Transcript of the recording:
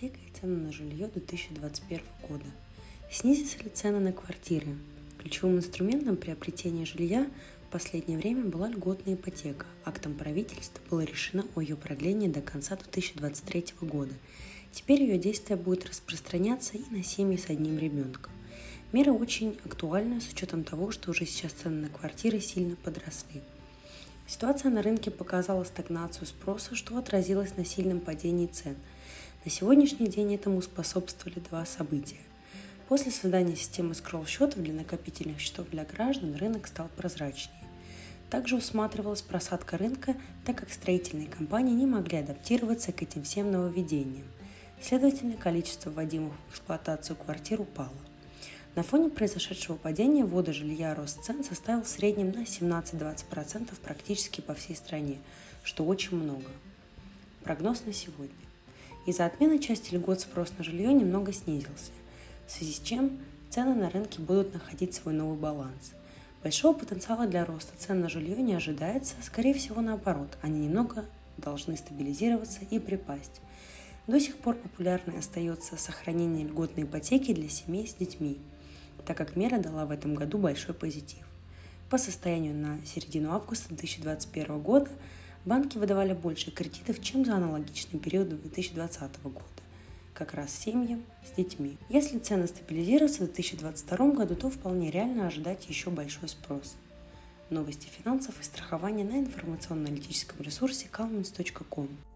ипотека и цены на жилье 2021 года. Снизятся ли цены на квартиры? Ключевым инструментом приобретения жилья в последнее время была льготная ипотека. Актом правительства было решено о ее продлении до конца 2023 года. Теперь ее действие будет распространяться и на семьи с одним ребенком. Мера очень актуальна с учетом того, что уже сейчас цены на квартиры сильно подросли. Ситуация на рынке показала стагнацию спроса, что отразилось на сильном падении цен. На сегодняшний день этому способствовали два события. После создания системы скролл-счетов для накопительных счетов для граждан рынок стал прозрачнее. Также усматривалась просадка рынка, так как строительные компании не могли адаптироваться к этим всем нововведениям. Следовательно, количество вводимых в эксплуатацию квартир упало. На фоне произошедшего падения ввода жилья рост цен составил в среднем на 17-20% практически по всей стране, что очень много. Прогноз на сегодня. Из-за отмены части льгот спрос на жилье немного снизился, в связи с чем цены на рынке будут находить свой новый баланс. Большого потенциала для роста цен на жилье не ожидается, скорее всего наоборот, они немного должны стабилизироваться и припасть. До сих пор популярной остается сохранение льготной ипотеки для семей с детьми, так как мера дала в этом году большой позитив. По состоянию на середину августа 2021 года банки выдавали больше кредитов, чем за аналогичный период 2020 года, как раз семьям с детьми. Если цены стабилизируются в 2022 году, то вполне реально ожидать еще большой спрос. Новости финансов и страхования на информационно-аналитическом ресурсе calmins.com.